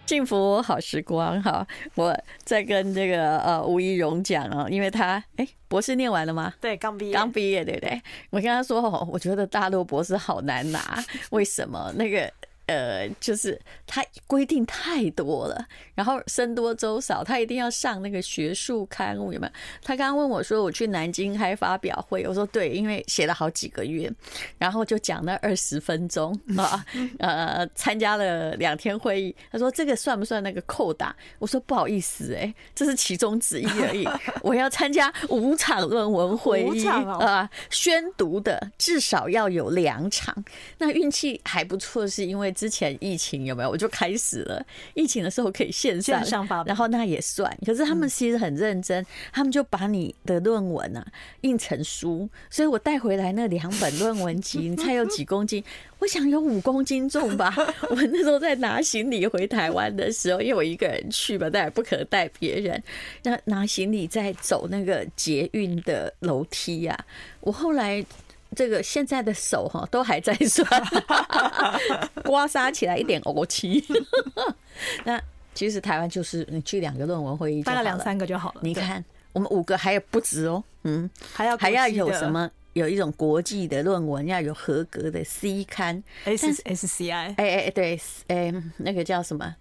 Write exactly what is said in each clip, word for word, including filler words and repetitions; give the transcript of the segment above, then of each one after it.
幸福好时光哈，我在跟这个呃吴怡蓉讲哦，因为他哎博士念完了吗？ 对，刚毕业， 刚毕业对不对？我跟他说哦，我觉得大陆博士好难拿，为什么？那个。呃，就是他规定太多了，然后僧多粥少，他一定要上那个学术刊物，有没有？他刚刚问我说，我去南京开发表会，我说对，因为写了好几个月，然后就讲了二十分钟啊，呃，参加了两天会议。他说这个算不算那个扣打？我说不好意思、欸，哎，这是其中之一而已。我要参加五场论文会议啊，宣读的至少要有两场。那运气还不错，是因为之前疫情有没有？我就开始了。疫情的时候可以线上， 线上发表， 然后那也算。可是他们其实很认真，他们就把你的论文啊印成书，所以我带回来那两本论文集，你猜有几公斤？我想有五公斤重吧。我那时候在拿行李回台湾的时候，因为我一个人去吧，但也不可带别人。那拿行李在走那个捷运的楼梯啊，我后来。这个现在的手哈都还在酸，刮痧起来一点欧气。那其实台湾就是你去两个论文会议就好了， 大概两三个就好了。 你看我们五个还有不止哦，嗯， 还要还要有什么？有一种国际的论文要有合格的 C 刊 ，S S C I， 哎哎对，哎那个叫什么？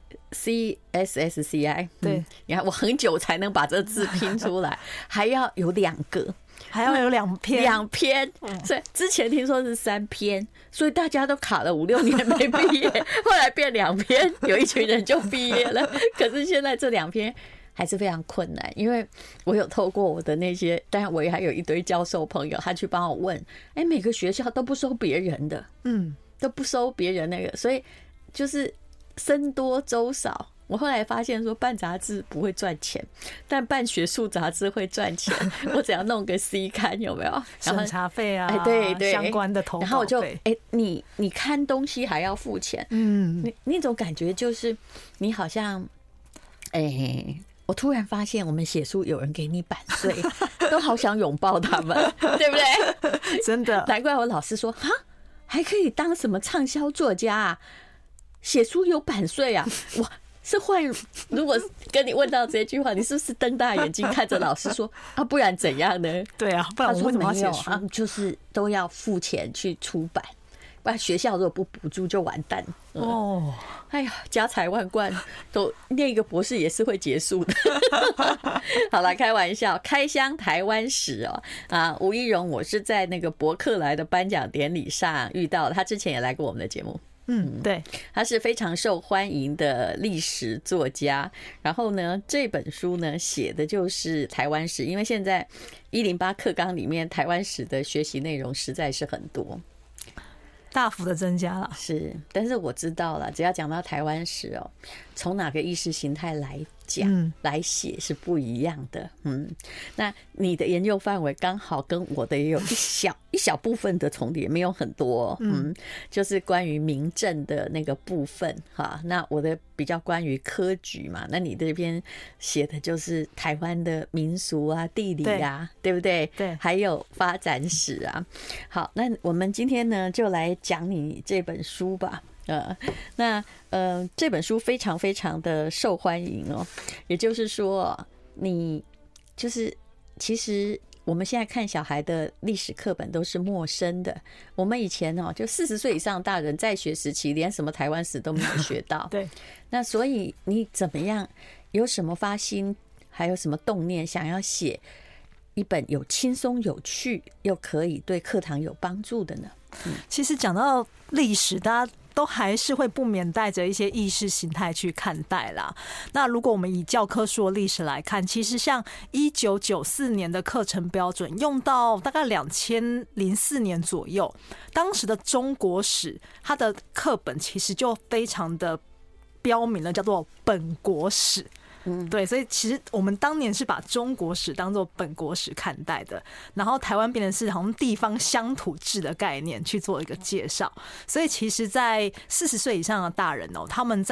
C S S C I， 对， 你看我很久才能把这个字拼出来，还要有两个。 还要有两篇， 两篇，所以之前听说是三篇，所以大家都卡了五六年没毕业，后来变两篇，有一群人就毕业了。可是现在这两篇还是非常困难，因为我有透过我的那些，当然我也还有一堆教授朋友，他去帮我问，哎，每个学校都不收别人的，嗯，都不收别人那个，所以就是僧多粥少。我后来发现说办杂志不会赚钱，但办学术杂志会赚钱。我只要弄个 C 刊有没有？ 审查费啊， 哎对对， 相关的投稿费， 然后我就哎，你你看东西还要付钱，嗯，那那种感觉就是你好像哎。我突然发现，我们写书有人给你版税，都好想拥抱他们，对不对？ 真的， 难怪我老师说，哈，还可以当什么畅销作家啊？写书有版税啊？哇！是换，如果跟你问到这句话，你是不是瞪大眼睛看着老师说啊？不然怎样呢？ 对啊，不然我为什么要写书啊？就是都要付钱去出版，不然学校如果不补助就完蛋。嗯、哦，哎呀，家财万贯，都念一个博士也是会结束的。好了，开玩笑，开箱台湾史哦啊，吴怡蓉，我是在那个博客来的颁奖典礼上遇到的，他之前也来过我们的节目。 嗯，对， 他是非常受欢迎的历史作家。然后呢，这本书呢写的就是台湾史，因为现在一零八课纲里面台湾史的学习内容实在是很多， 大幅的增加了。 是，但是我知道了，只要讲到台湾史哦，从哪个意识形态来讲、嗯、来写是不一样的。嗯，那你的研究范围刚好跟我的也有一小一小部分的重叠，没有很多。嗯，就是关于民政的那个部分哈。那我的比较关于科举嘛，那你这边写的就是台湾的民俗啊、地理啊， 对, 对不对？ 对， 还有发展史啊。好，那我们今天呢就来讲你这本书吧。呃，那呃，这本书非常非常的受欢迎哦。也就是说，你就是其实我们现在看小孩的历史课本都是陌生的。我们以前哦，就四十岁以上大人在学时期，连什么台湾史都没有学到。 对， 那所以你怎么样？有什么发心，还有什么动念，想要写一本有轻松有趣又可以对课堂有帮助的呢？ 嗯、其实讲到历史，大家都还是会不免带着一些意识形态去看待啦。那如果我们以教科书的历史来看，其实像一九九四年的课程标准用到大概两千零四年左右，当时的中国史它的课本其实就非常的标明了，叫做本国史。嗯，对，所以其实我们当年是把中国史当作本国史看待的，然后台湾变成是好像地方乡土志的概念去做一个介绍。所以其实在四十岁以上的大人哦，他们在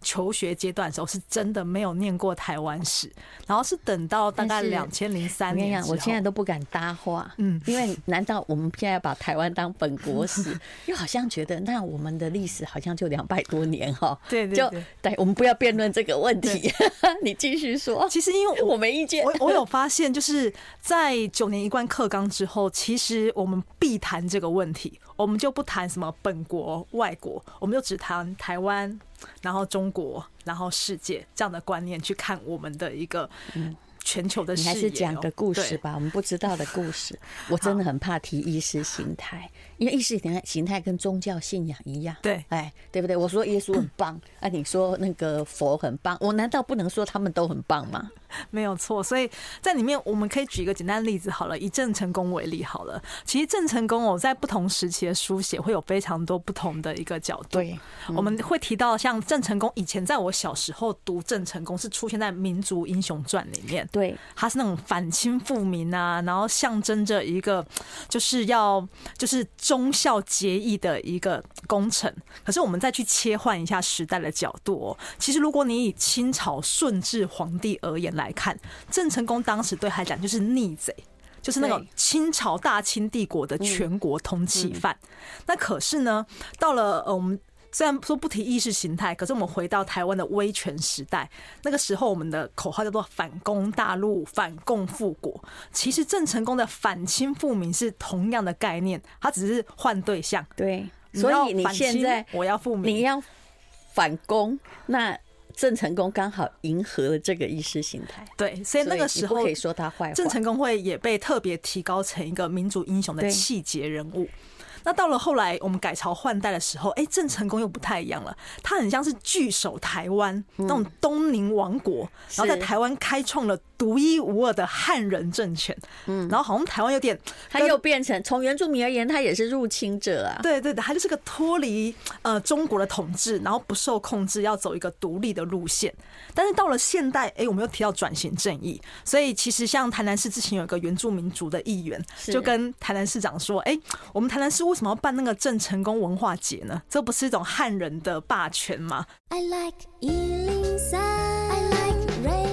求学阶段的时候，是真的没有念过台湾史，然后是等到大概两千零三年之后， 我现在都不敢搭话， 嗯， 因为难道我们现在把台湾当本国史，又好像觉得那我们的历史好像就两百多年哈， 对对对， 就对，我们不要辩论这个问题，你继续说。 其实因为 我, 我没意见， 我我有发现，就是在九年一贯课纲之后，其实我们必谈这个问题，我们就不谈什么本国、外国，我们就只谈台湾，然后中国，然后世界这样的观念去看我们的一个全球的视野。 你还是讲个故事吧，我们不知道的故事。我真的很怕提意识形态，因为意识形态跟宗教信仰一样， 对， 哎，对不对？我说耶稣很棒，啊，你说那个佛很棒，我难道不能说他们都很棒吗？ 没有错，所以在里面我们可以举一个简单的例子好了，以郑成功为例好了。其实郑成功哦，在不同时期的书写会有非常多不同的一个角度。 对， 嗯、我们会提到像郑成功，以前在我小时候读郑成功是出现在《民族英雄传》里面， 对， 他是那种反清复明啊，然后象征着一个就是要就是忠孝节义的一个工程。可是我们再去切换一下时代的角度哦，其实如果你以清朝顺治皇帝而言来来看，郑成功当时对他来讲就是逆贼，就是那种清朝大清帝国的全国通缉犯。嗯嗯、那可是呢，到了呃我们虽然说不提意识形态，可是我们回到台湾的威权时代，那个时候我们的口号叫做反攻大陆、反共复国。其实郑成功的反清复明是同样的概念，他只是换对象。 对，所以你现在我要复明， 你要反攻，那郑成功刚好迎合了这个意识形态， 对，所以那个时候可以说他坏话。 郑成功会也被特别提高成一个民族英雄的气节人物。那到了后来我们改朝换代的时候，哎，郑成功又不太一样了，他很像是据守台湾那种东宁王国，然后在台湾开创了独一无二的汉人政权。嗯，然后好像台湾有点， 他又变成从原住民而言，他也是入侵者啊。 对对对，他就是个脱离呃中国的统治，然后不受控制，要走一个独立的路线。但是到了现代，哎，我们又提到转型正义，所以其实像台南市之前有一个原住民族的议员，就跟台南市长说，哎，我们台南市为什么要办那个郑成功文化节呢？这不是一种汉人的霸权吗？ I like 一零三 I like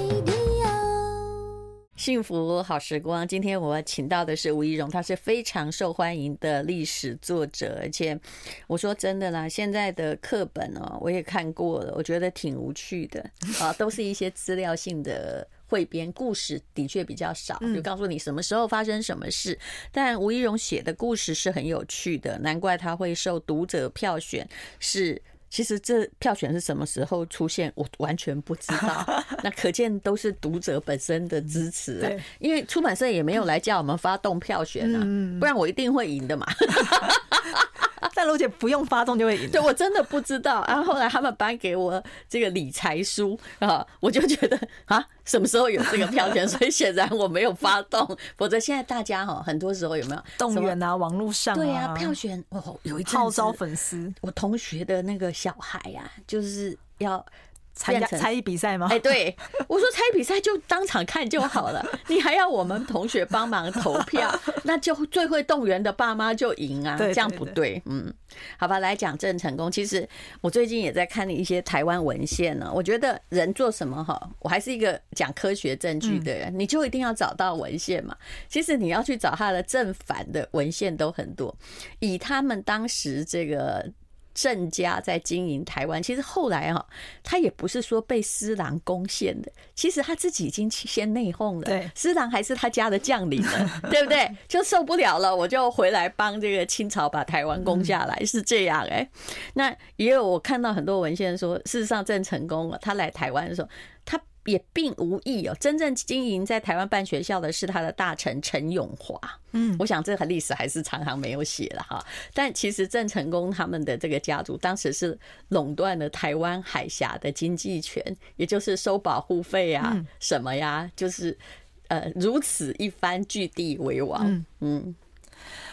radio 幸福好时光，今天我请到的是吴怡蓉，他是非常受欢迎的历史作者，而且我说真的啦，现在的课本哦，我也看过了，我觉得挺无趣的啊，都是一些资料性的汇编，故事的确比较少，就告诉你什么时候发生什么事。但吴怡蓉写的故事是很有趣的，难怪他会受读者票选。是，其实这票选是什么时候出现，我完全不知道。那可见都是读者本身的支持啊，因为出版社也没有来叫我们发动票选啊，不然我一定会赢的嘛。 但罗姐不用发动就会赢， 对，我真的不知道。然后后来他们颁给我这个理财书啊，我就觉得啊，什么时候有这个票选？所以显然我没有发动，否则现在大家哈，很多时候有没有动员啊，网络上啊， 对啊，票选哦，有一阵子号召粉丝， 我同学的那个小孩呀、啊，就是要。 参加才艺比赛吗？ 哎，对，我说才艺比赛就当场看就好了，你还要我们同学帮忙投票，那就最会动员的爸妈就赢啊，这样不对。嗯，好吧，来讲郑成功。其实我最近也在看一些台湾文献呢，我觉得人做什么哈，我还是一个讲科学证据的人，你就一定要找到文献嘛。其实你要去找他的正反的文献都很多，以他们当时这个。郑家在经营台湾，其实后来哈，他也不是说被施琅攻陷的，其实他自己已经先内讧了。 对， 施琅还是他家的将领呢，对不对？就受不了了，我就回来帮这个清朝把台湾攻下来，是这样哎、欸。那也有我看到很多文献说，事实上郑成功他来台湾的时候，他也并无意哦，真正经营在台湾办学校的是他的大臣陈永华。嗯，我想这个历史还是常常没有写了哈。但其实郑成功他们的这个家族当时是垄断了台湾海峡的经济权，也就是收保护费啊，什么呀，就是呃如此一番据地为王。嗯。嗯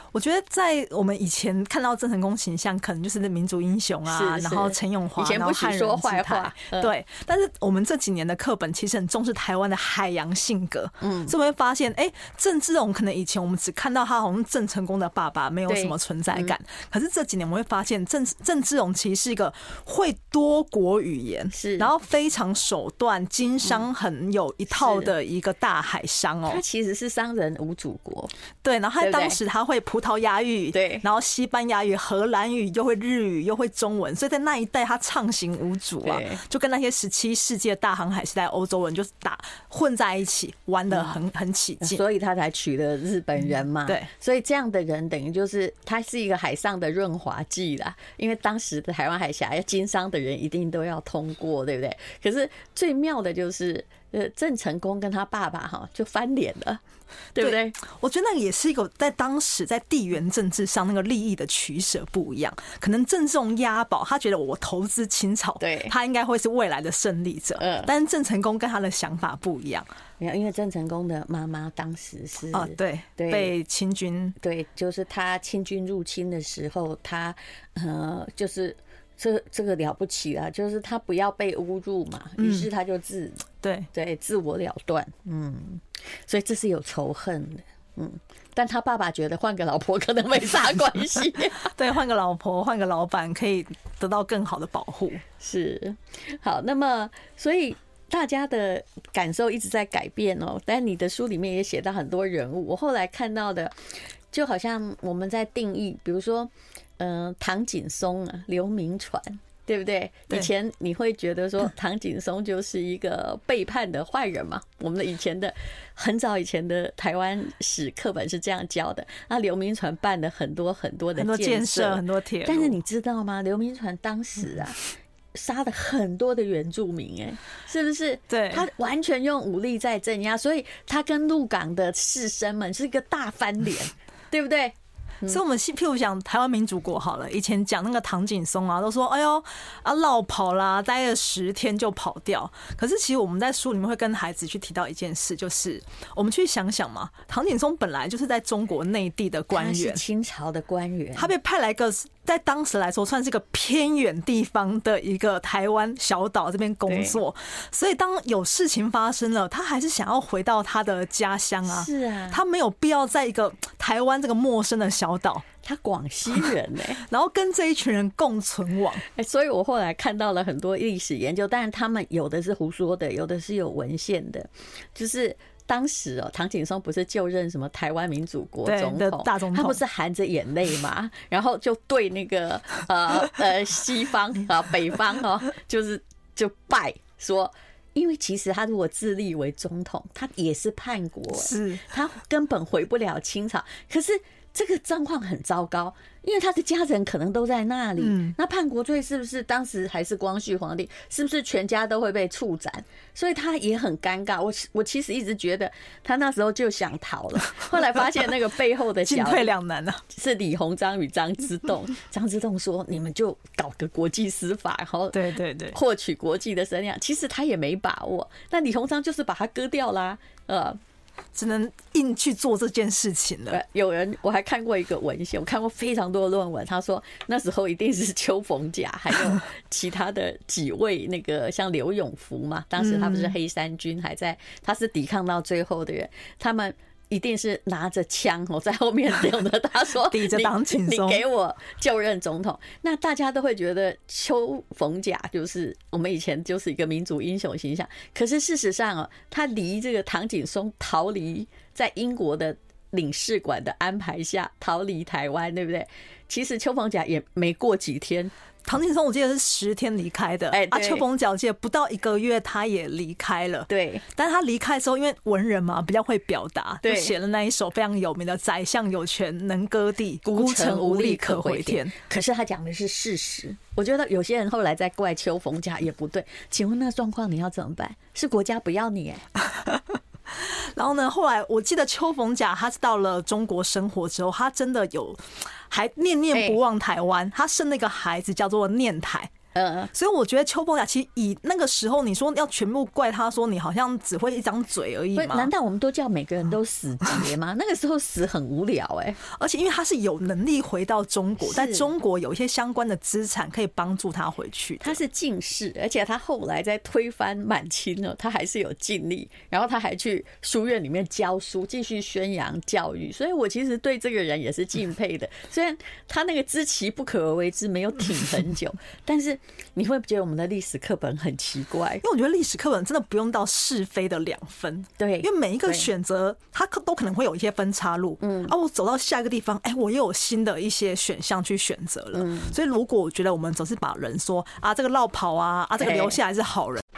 我觉得在我们以前看到郑成功形象，可能就是民族英雄啊，然后陈永华， 以前不许说坏话， 嗯、对。但是我们这几年的课本其实很重视台湾的海洋性格，嗯，所以我会发现，哎、欸，郑芝龙可能以前我们只看到他好像郑成功的爸爸，没有什么存在感。嗯、可是这几年我们会发现郑，郑郑芝龙其实是一个会多国语言，是，然后非常手段、经商很有一套的一个大海商哦。 他其实是商人无祖国， 对。然后他当时他会葡萄牙语， 对， 然后西班牙语、荷兰语，又会日语，又会中文，所以在那一代他畅行无阻啊，就跟那些十七世纪的大航海时代欧洲人就打混在一起，玩得很很起劲， 所以他才娶了日本人嘛。 对， 所以这样的人等于就是他是一个海上的润滑剂啦，因为当时的台湾海峡要经商的人一定都要通过，对不对？可是最妙的就是。呃，郑成功跟他爸爸哈就翻脸了，对不对？ 对，我觉得那个也是一个在当时在地缘政治上那个利益的取舍不一样。可能郑重押宝，他觉得我投资清朝， 对， 他应该会是未来的胜利者。嗯，但是郑成功跟他的想法不一样。 因为郑成功的妈妈当时是啊，对，对，被清军， 对，就是他清军入侵的时候，他呃就是。这这个了不起啦，就是他不要被侮辱嘛，于是他就自、嗯、 对对自我了断，嗯，所以这是有仇恨的，嗯，但他爸爸觉得换个老婆可能没啥关系， 对，换个老婆换个老板可以得到更好的保护， 是好，那么所以大家的感受一直在改变哦，但你的书里面也写到很多人物，我后来看到的就好像我们在定义，比如说。嗯、呃，唐景崧啊，刘铭传，对不对？以前你会觉得说唐景崧就是一个背叛的坏人嘛？我们的以前的很早以前的台湾史课本是这样教的。那刘铭传办了很多很多的建设， 很多铁路。 但是你知道吗？刘铭传当时啊，杀了很多的原住民，哎，是不是？ 对， 他完全用武力在镇压，所以他跟鹿港的士绅们是一个大翻脸，对不对？ 所以，我们譬如讲台湾民主国好了，以前讲那个唐景崧啊，都说哎呦啊落跑啦，待了十天就跑掉。可是其实我们在书里面会跟孩子去提到一件事，就是我们去想想嘛，唐景崧本来就是在中国内地的官员， 他是清朝的官员， 他被派来个在当时来说算是个偏远地方的一个台湾小岛这边工作，所以当有事情发生了，他还是想要回到他的家乡啊。 是啊， 他没有必要在一个台湾这个陌生的小岛， 他广西人哎、欸， 然后跟这一群人共存亡。 哎，所以我后来看到了很多历史研究，但是他们有的是胡说的，有的是有文献的，就是。当时哦，唐景崧不是就任什么台湾民主国总统， 大总统， 他不是含着眼泪嘛，然后就对那个呃呃西方啊北方哦，就是就拜说，因为其实他如果自立为总统，他也是叛国， 是他根本回不了清朝，可是。这个状况很糟糕，因为他的家人可能都在那里。嗯、那叛国罪是不是当时还是光绪皇帝？是不是全家都会被处斩？所以他也很尴尬。我我其实一直觉得他那时候就想逃了，后来发现那个背后的进退两难啊， 是李鸿章与张之洞。张之洞说：“你们就搞个国际司法，然后对对对， 获取国际的声量。”其实他也没把握，但李鸿章就是把他割掉啦，呃。 只能硬去做这件事情了。 有人我还看过一个文献，我看过非常多的论文，他说那时候一定是邱逢甲，还有其他的几位那个像刘永福嘛，当时他不是黑衫军还在，他是抵抗到最后的人，他们。一定是拿着枪我在后面等着他说抵着党请你给我就任总统，那大家都会觉得邱逢甲就是我们以前就是一个民主英雄形象，可是事实上哦，他离这个唐景崧逃离在英国的领事馆的安排下逃离台湾，对不对？其实邱逢甲也没过几天。 唐景崧我记得是十天离开的，哎、欸，啊，邱逢甲我记得不到一个月他也离开了， 对。 但是他离开的时候，因为文人嘛比较会表达，就写了那一首非常有名的“宰相有权能割地，孤城无力可回天”。 可是他讲的是事实，我觉得有些人后来在怪邱逢甲也不对。请问那状况你要怎么办？是国家不要你哎。 然后呢，后来我记得邱逢甲他是到了中国生活之后，他真的有还念念不忘台湾，他生了一个孩子叫做念台。 嗯，所以我觉得邱伯雅其实以那个时候，你说要全部怪他说你好像只会一张嘴而已嘛？ 难道我们都叫每个人都死结吗？那个时候死很无聊哎、欸， 而且因为他是有能力回到中国，在中国有一些相关的资产可以帮助他回去。 他是进士，而且他后来在推翻满清了，他还是有尽力，然后他还去书院里面教书，继续宣扬教育。所以我其实对这个人也是敬佩的。虽然他那个知其不可而为之没有挺很久，但是。你会觉得我们的历史课本很奇怪， 因为我觉得历史课本真的不用到是非的两分， 对， 因为每一个选择它都可能会有一些分岔路，嗯，啊，我走到下一个地方，哎、欸，我又有新的一些选项去选择了，嗯，所以如果我觉得我们总是把人说啊这个落跑啊，啊这个留下来是好人。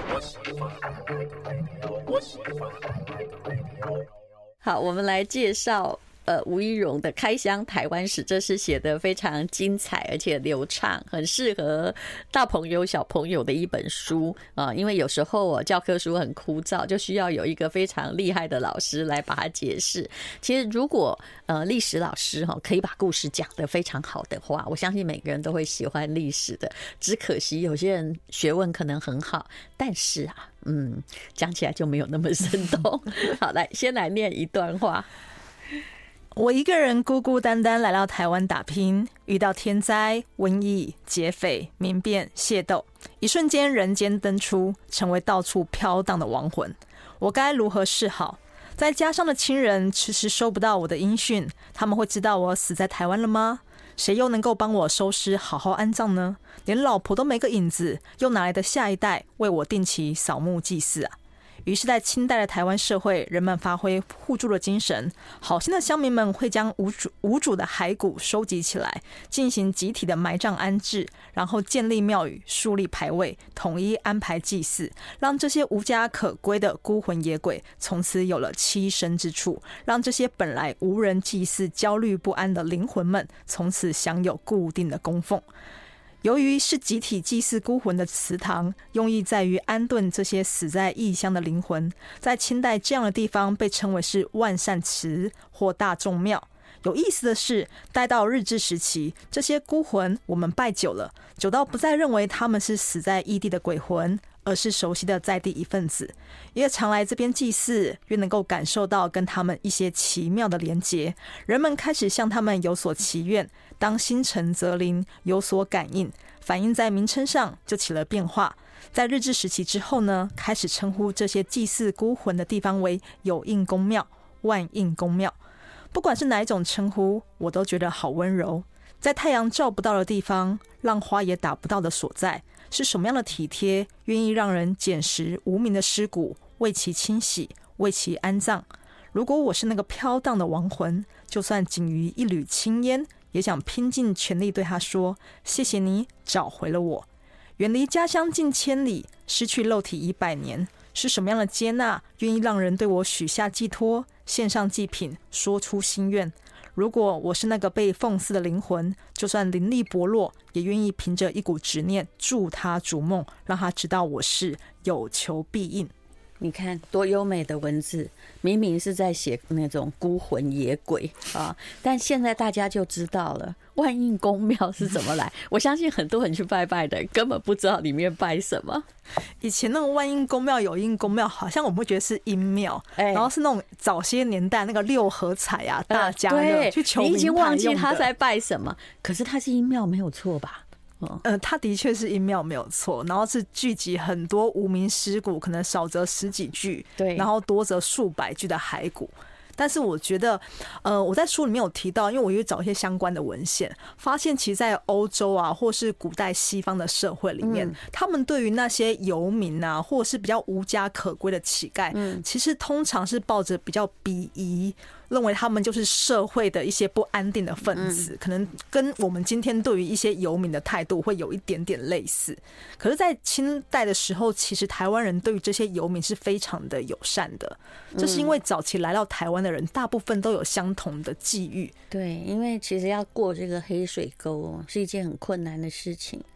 好，我们来介绍。呃，吴怡蓉的《开箱台湾史》，这是写得非常精彩而且流畅，很适合大朋友小朋友的一本书啊、呃。因为有时候哦，教科书很枯燥，就需要有一个非常厉害的老师来把它解释。其实，如果呃历史老师哈可以把故事讲得非常好的话，我相信每个人都会喜欢历史的。只可惜有些人学问可能很好，但是啊，嗯，讲起来就没有那么生动。好，来，先来念一段话。 我一个人孤孤单单来到台湾打拼，遇到天灾、瘟疫、劫匪、民变、械斗，一瞬间人间灯出，成为到处飘荡的亡魂。我该如何是好？在家乡的亲人迟迟收不到我的音讯，他们会知道我死在台湾了吗？谁又能够帮我收尸好好安葬呢？连老婆都没个影子，又哪来的下一代为我定期扫墓祭祀啊？于是，在清代的台湾社会，人们发挥互助的精神，好心的乡民们会将无主无主的骸骨收集起来，进行集体的埋葬安置，然后建立庙宇、树立牌位，统一安排祭祀，让这些无家可归的孤魂野鬼从此有了栖身之处，让这些本来无人祭祀、焦虑不安的灵魂们从此享有固定的供奉。由于是集体祭祀孤魂的祠堂，用意在于安顿这些死在异乡的灵魂。在清代，这样的地方被称为是万善祠或大众庙。有意思的是，待到日治时期，这些孤魂我们拜久了，久到不再认为他们是死在异地的鬼魂，而是熟悉的在地一份子。越常来这边祭祀，越能够感受到跟他们一些奇妙的连结。人们开始向他们有所祈愿，当心诚则灵，有所感应，反映在名称上就起了变化。在日治时期之后呢，开始称呼这些祭祀孤魂的地方为有应公庙、万应公庙。不管是哪一种称呼，我都觉得好温柔。在太阳照不到的地方，浪花也打不到的所在，是什么样的体贴，愿意让人捡拾无名的尸骨，为其清洗，为其安葬。如果我是那个飘荡的亡魂，就算仅于一缕青烟，也想拼尽全力对他说：谢谢你找回了我。远离家乡近千里，失去肉体一百年，是什么样的接纳，愿意让人对我许下寄托，献上祭品，说出心愿。如果我是那个被奉祀的灵魂，就算灵力薄弱，也愿意凭着一股执念助他逐梦，让他知道我是有求必应。 你看多优美的文字，明明是在写那种孤魂野鬼啊，但现在大家就知道了万应公庙是怎么来。我相信很多人去拜拜的根本不知道里面拜什么。 以前那种万应公庙、有应公庙，好像我们会觉得是阴庙，欸、然后是那种早些年代那个六合彩啊、大家乐、呃、去求名牌用的。你已经忘记他在拜什么，可是他是阴庙没有错吧？ 呃，它的确是阴庙没有错，然后是聚集很多无名尸骨，可能少则十几具，对，然后多则数百具的骸骨。但是我觉得，呃，我在书里面有提到，因为我有找一些相关的文献，发现其实在欧洲啊，或是古代西方的社会里面，嗯、他们对于那些游民啊，或者是比较无家可归的乞丐，嗯、其实通常是抱着比较鄙夷，认为他们就是社会的一些不安定的分子，嗯、可能跟我们今天对于一些游民的态度会有一点点类似。可是，在清代的时候，其实台湾人对于这些游民是非常的友善的，这是因为早期来到台湾的人大部分都有相同的际遇。 对，因为其实要过这个黑水沟是一件很困难的事情。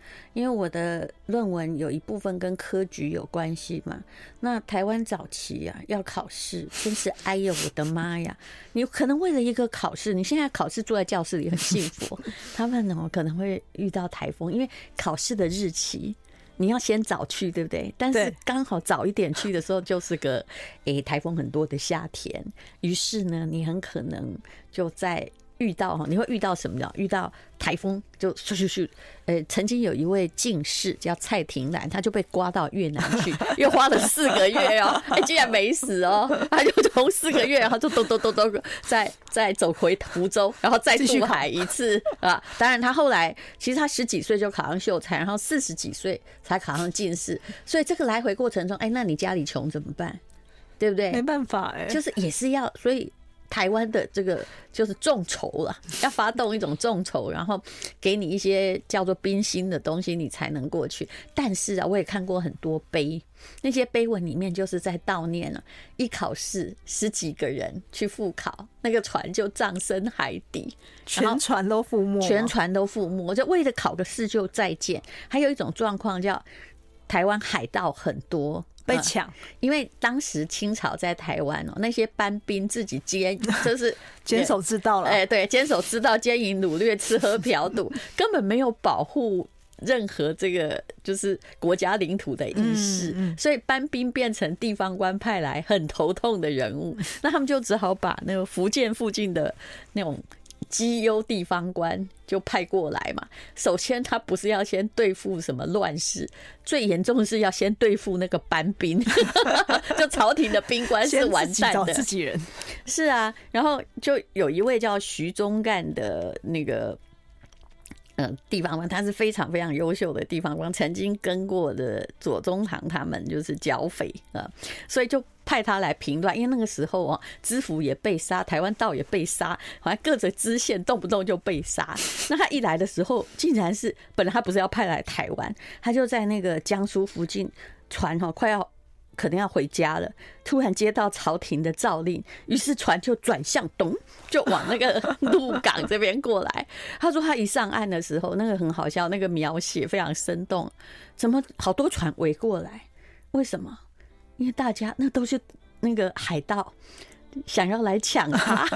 因为我的论文有一部分跟科举有关系嘛。那台湾早期啊要考试，真是哎呦我的妈呀！你可能为了一个考试，你现在考试坐在教室里很幸福，他们呢可能会遇到台风，因为考试的日期。你要先早去，对不对？但是刚好早一点去的时候，就是个诶台风很多的夏天，于是呢，你很可能就在遇到你会遇到什么呢？遇到台风就咻咻咻，呃，曾经有一位进士叫蔡廷兰，他就被刮到越南去，又花了四个月哦，哎，竟然没死哦，他就从四个月，然后就咚咚咚咚，再再走回福州，然后再渡海一次啊。当然，他后来其实他十几岁就考上秀才，然后四十几岁才考上进士，所以这个来回过程中，哎，那你家里穷怎么办？对不对？ 没办法哎、欸， 就是也是要，所以。台湾的这个就是众筹了，要发动一种众筹，然后给你一些叫做冰心的东西，你才能过去。但是啊，我也看过很多碑，那些碑文里面就是在悼念了，一考试十几个人去复考，那个船就葬身海底， 全船都覆没， 全船都覆没，就为了考个试就再见。还有一种状况叫台湾海盗很多。 被抢、嗯， 因为当时清朝在台湾哦，那些班兵自己奸，就是坚守之道了。 哎，对，坚守之道，奸淫掳掠，吃喝嫖赌，根本没有保护任何这个就是国家领土的意识，嗯嗯、所以班兵变成地方官派来很头痛的人物，那他们就只好把那个福建附近的那种。绩优地方官就派过来嘛。首先，他不是要先对付什么乱世，最严重的是要先对付那个班兵，就朝廷的兵官是完蛋的， 自己人是啊。然后就有一位叫徐宗干的那个。呃，地方官他是非常非常优秀的地方官，曾经跟过的左宗棠他们就是剿匪啊，所以就派他来平乱。因为那个时候哦，知府也被杀，台湾道也被杀，好像各个知县动不动就被杀。那他一来的时候，竟然是本来他不是要派来台湾，他就在那个江苏附近船哈快要。可能要回家了，突然接到朝廷的诏令，于是船就转向东，就往那个鹿港这边过来。他说他一上岸的时候，那个很好笑，那个描写非常生动。怎么好多船围过来？为什么？因为大家那都是那个海盗，想要来抢他，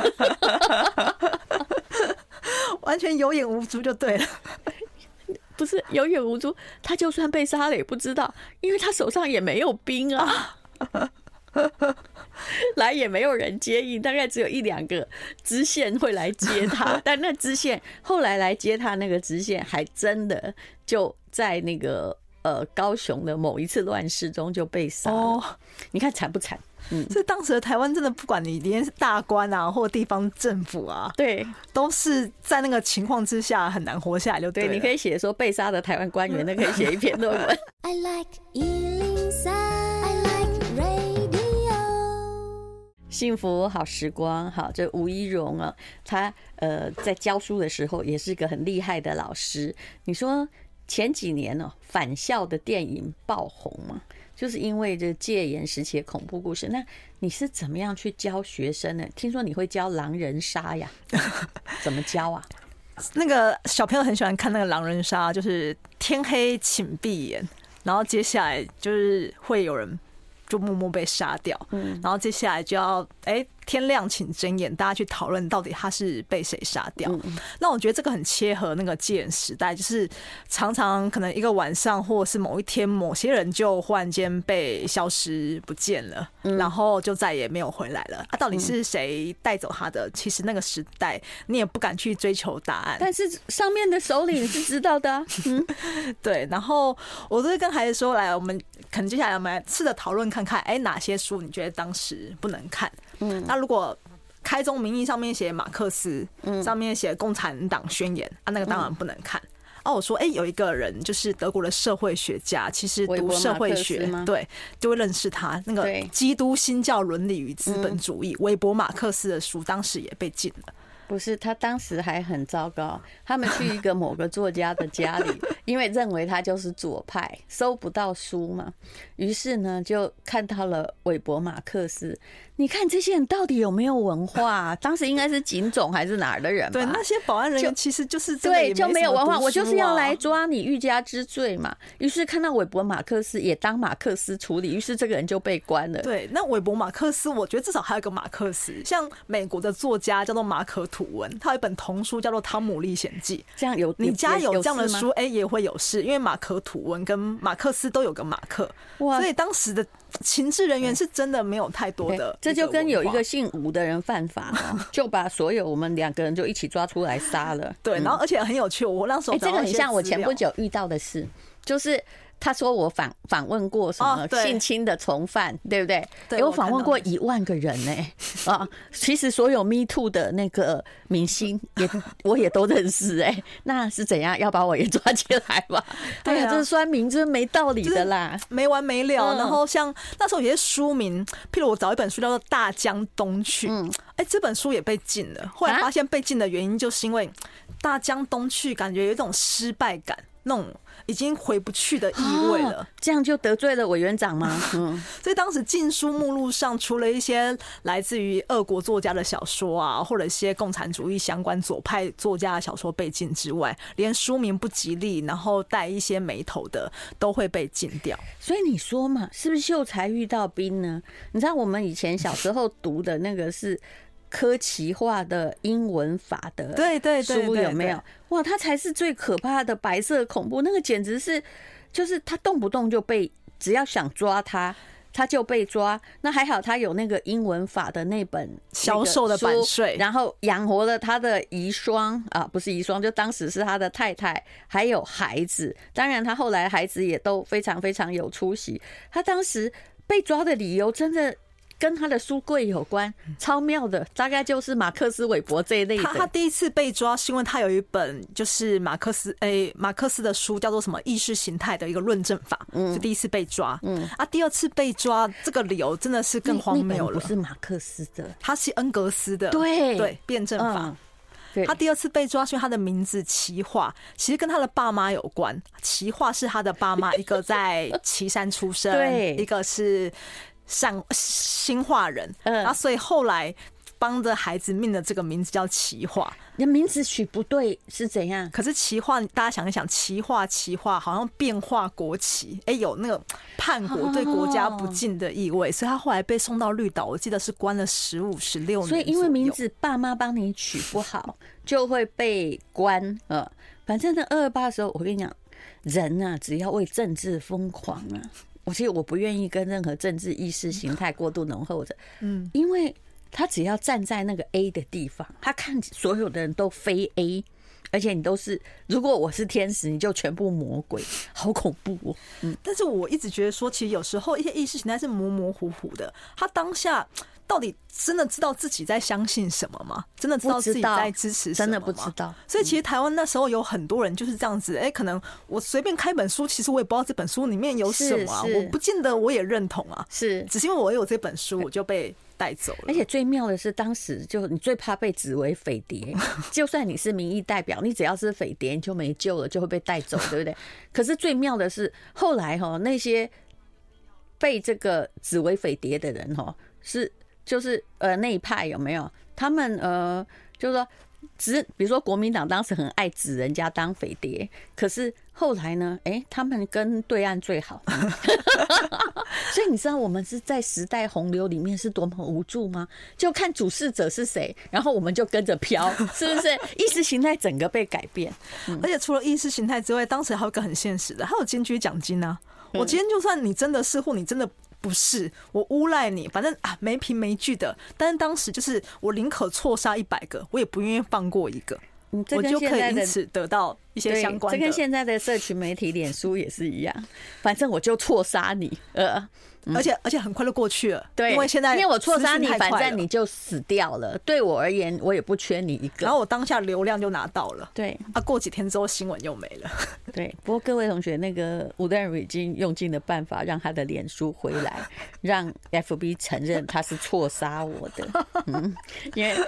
完全有眼无珠就对了。 不是有眼无珠，他就算被杀了也不知道，因为他手上也没有兵啊，来也没有人接应，大概只有一两个知县会来接他，但那知县后来来接他那个知县，还真的就在那个呃高雄的某一次乱世中就被杀了。哦，你看惨不惨？ 嗯，所以当时的台湾真的不管你连是大官啊，或地方政府啊， 对， 都是在那个情况之下很难活下来就对了。 对，你可以写说被杀的台湾官员，那可以写一篇论文。 I like 一零三 I like radio。 幸福好时光，好，这吴依荣啊，他呃在教书的时候也是个很厉害的老师。你说前几年哦，返校的电影爆红嘛？就是因为这戒严时期的恐怖故事，那你是怎么样去教学生呢？听说你会教狼人杀呀？怎么教啊？ 那个小朋友很喜欢看那个狼人杀，就是天黑请闭眼，然后接下来就是会有人就默默被杀掉，嗯，然后接下来就要哎、欸、天亮请睁眼，大家去讨论到底他是被谁杀掉。嗯、那我觉得这个很切合那个戒严时代，就是常常可能一个晚上或者是某一天，某些人就忽然间被消失不见了，嗯、然后就再也没有回来了。啊，到底是谁带走他的？其实那个时代你也不敢去追求答案， 但是上面的首领是知道的、啊。嗯， 对。然后我都会跟孩子说，来，我们可能接下来我们来试着讨论看看，哎、欸，哪些书你觉得当时不能看？嗯，那如果开宗明义上面写马克思，嗯，上面写共产党宣言啊，那个当然不能看。啊，我说，哎、欸，有一个人就是德国的社会学家，其实读社会学，对，就会认识他。那个《基督新教伦理与资本主义》，韦伯马克思的书，当时也被禁了。 不是，他当时还很糟糕。他们去一个某个作家的家里，因为认为他就是左派，收不到书嘛，于是呢就看到了韦伯马克思。你看这些人到底有没有文化啊？当时应该是警总还是哪儿的人吧？ 对，那些保安人员其实就是对，就没有文化。 啊、 我就是要来抓你欲加之罪嘛。于是看到韦伯马克思也当马克思处理，于是这个人就被关了。 对，那韦伯马克思，我觉得至少还有一个马克思，像美国的作家叫做马可吐温，他有一本童书叫做《汤姆历险记》。 这样有你家有这样的书， 哎、欸，也会有事，因为马可吐温跟马克思都有个马克，所以当时的情治人员是真的没有太多的。 这就跟有一个姓吴的人犯法、喔，就把所有我们两个人就一起抓出来杀了。 对，然后而且很有趣，我那时候哎、欸，这个很像我前不久遇到的事，就是他说我访访问过什么性侵的从犯，哦、对, 对不对？对，欸、我访问过一万个人呢、欸。啊，其实所有 Me Too 的那个明星也我也都认识哎、欸，那是怎样要把我也抓起来吧？对呀、啊，这是酸民，这是没道理的啦， 就是、没完没了。嗯、然后像那时候有些书名，譬如我找一本书叫做《大江东去》，嗯，哎、欸，这本书也被禁了。后来发现被禁的原因就是因为大江东去感觉有一种失败感，那种已经回不去的意味了。哦、 这样就得罪了委员长吗？嗯， 所以当时禁书目录上，除了一些来自于俄国作家的小说啊，或者一些共产主义相关左派作家的小说被禁之外，连书名不吉利，然后带一些眉头的都会被禁掉。 所以你说嘛，是不是秀才遇到兵呢？你知道我们以前小时候读的那个是科奇化的英文法的书有没有？哇，它才是最可怕的白色恐怖，那个简直是，就是他动不动就被，只要想抓他，他就被抓。那还好他有那个英文法的那本销售的版税， 然后养活了他的遗孀啊，不是遗孀，就当时是他的太太，还有孩子。当然他后来孩子也都非常非常有出息。他当时被抓的理由真的跟他的书柜有关，超妙的，大概就是马克思韦伯这一类的。 他他第一次被抓是因为他有一本就是马克思诶、欸、马克思的书，叫做什么意识形态的一个论证法，嗯，就第一次被抓，嗯啊，第二次被抓这个理由真的是更荒谬了， 不是马克思的， 他是恩格斯的， 对对，辩证法。嗯，他第二次被抓是因为他的名字奇化，其实跟他的爸妈有关。奇化是他的爸妈，一个在岐山出生，对，一个是上新化人，嗯，啊，所以后来帮着孩子命的这个名字叫奇化。 你的名字取不对是怎样？ 可是奇化，大家想一想，奇化奇化好像变化国旗，哎、欸，有那个叛国对国家不敬的意味，所以他后来被送到绿岛，我记得是关了十五十六年。 所以因为名字爸妈帮你取不好，就会被关。呃，反正呢，二二八的时候，我跟你讲，人啊，只要为政治疯狂啊。我其实我不愿意跟任何政治意识形态过度浓厚的，嗯，因为他只要站在那个 A 的地方，他看所有的人都非 A， 而且你都是，如果我是天使，你就全部魔鬼，好恐怖哦。嗯， 但是我一直觉得说，其实有时候一些意识形态是模模糊糊的，他当下到底真的知道自己在相信什么吗？真的知道自己在支持什么吗？ 真的不知道。 所以其实台湾那时候有很多人就是这样子，哎、欸，可能我随便开本书，其實我也不知道这本书里面有什么啊，我不见得我也认同啊，是，只是因为我有这本书，我就被带走了。 而且最妙的是，当时就你最怕被指为匪谍，就算你是民意代表，你只要是匪谍，你就没救了，就会被带走，对不对？可是最妙的是，后来哈那些被这个指为匪谍的人哈是。就是呃那一派有没有？他们呃就是说指，比如说国民党当时很爱指人家当匪谍，可是后来呢，哎、欸，他们跟对岸最好，所以你知道我们是在时代洪流里面是多么无助吗？就看主事者是谁，然后我们就跟着飘，是不是？意识形态整个被改变， 嗯、而且除了意识形态之外，当时还有一个很现实的，还有金居奖金啊。我今天就算你真的是或你真的不是，我诬赖你，反正啊没凭没据的。但是当时就是我宁可错杀一百个，我也不愿意放过一个， 嗯、 我就可以因此得到一些相关的。 这跟现在的社群媒体、脸书也是一样，反正我就错杀你，呃。 嗯、而且而且很快就过去了， 对， 因为现在因为我错杀你，反正你就死掉了。对我而言，我也不缺你一个。 然后我当下流量就拿到了， 对啊，过几天之后新闻又没了。 对，不过各位同学，那个吴淡如已经用尽了办法让他的脸书回来，让 F B 承认他是错杀我的，嗯，因为。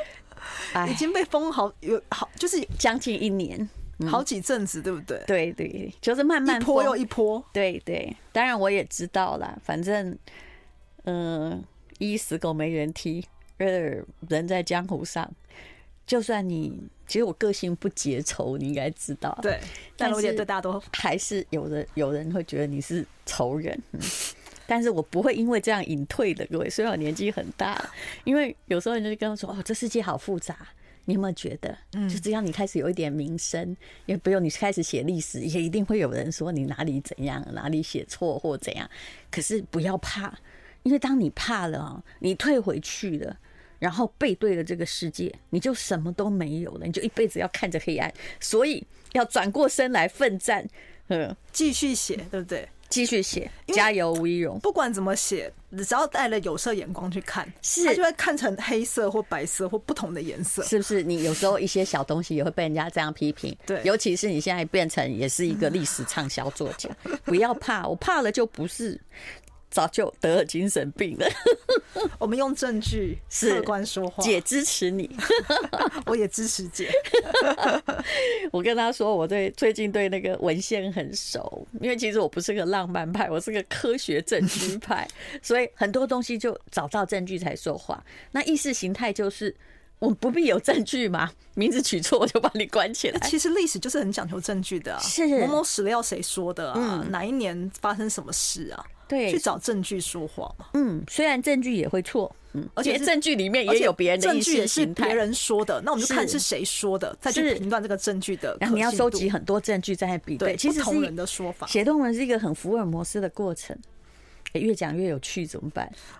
已经被封好有好就是将近一年。 好几阵子，对不对？ 对对，就是慢慢一波又一波。 对对，当然我也知道啦，反正，嗯、呃，一死狗没人踢，二人在江湖上，就算你其实我个性不结仇，你应该知道。 对，但我觉得大家都还是有人有人会觉得你是仇人。嗯但是我不会因为这样隐退的，各位，虽然我年纪很大了，因为有时候人就跟我说：“哦，这世界好复杂。”你有没有觉得，就只要你开始有一点名声，也不用你开始写历史，也一定会有人说你哪里怎样，哪里写错或怎样。可是不要怕，因为当你怕了，你退回去了，然后背对了这个世界，你就什么都没有了，你就一辈子要看着黑暗。所以要转过身来奋战，嗯， 继续写，对不对？ 继续写，加油，吴依蓉。 不管怎么写，只要带了有色眼光去看， 是它就会看成黑色或白色或不同的颜色， 是不是？你有时候一些小东西也会被人家这样批评， 对， 尤其是你现在变成也是一个历史畅销作家，不要怕，我怕了就不是。早就得了精神病了。 我们用证据客观说话， 姐支持你， 我也支持姐。 我跟他说，我对最近对那个文献很熟，因为其实我不是个浪漫派，我是个科学证据派，所以很多东西就找到证据才说话。那意识形态就是我们不必有证据嘛，名字取错我就把你关起来。 其实历史就是很讲求证据的啊， 是某某史料谁说的啊？ 嗯、 哪一年发生什么事啊？ 对， 去找证据说话嘛。 嗯，虽然证据也会错，嗯，而且证据里面也有别人的意识形态， 别人说的，那我们就看是谁说的，再去评断这个证据的可信度。 然后你要收集很多证据再比对，其实不同人的说法。 写论文是一个很福尔摩斯的过程。欸、越讲越有趣怎么办？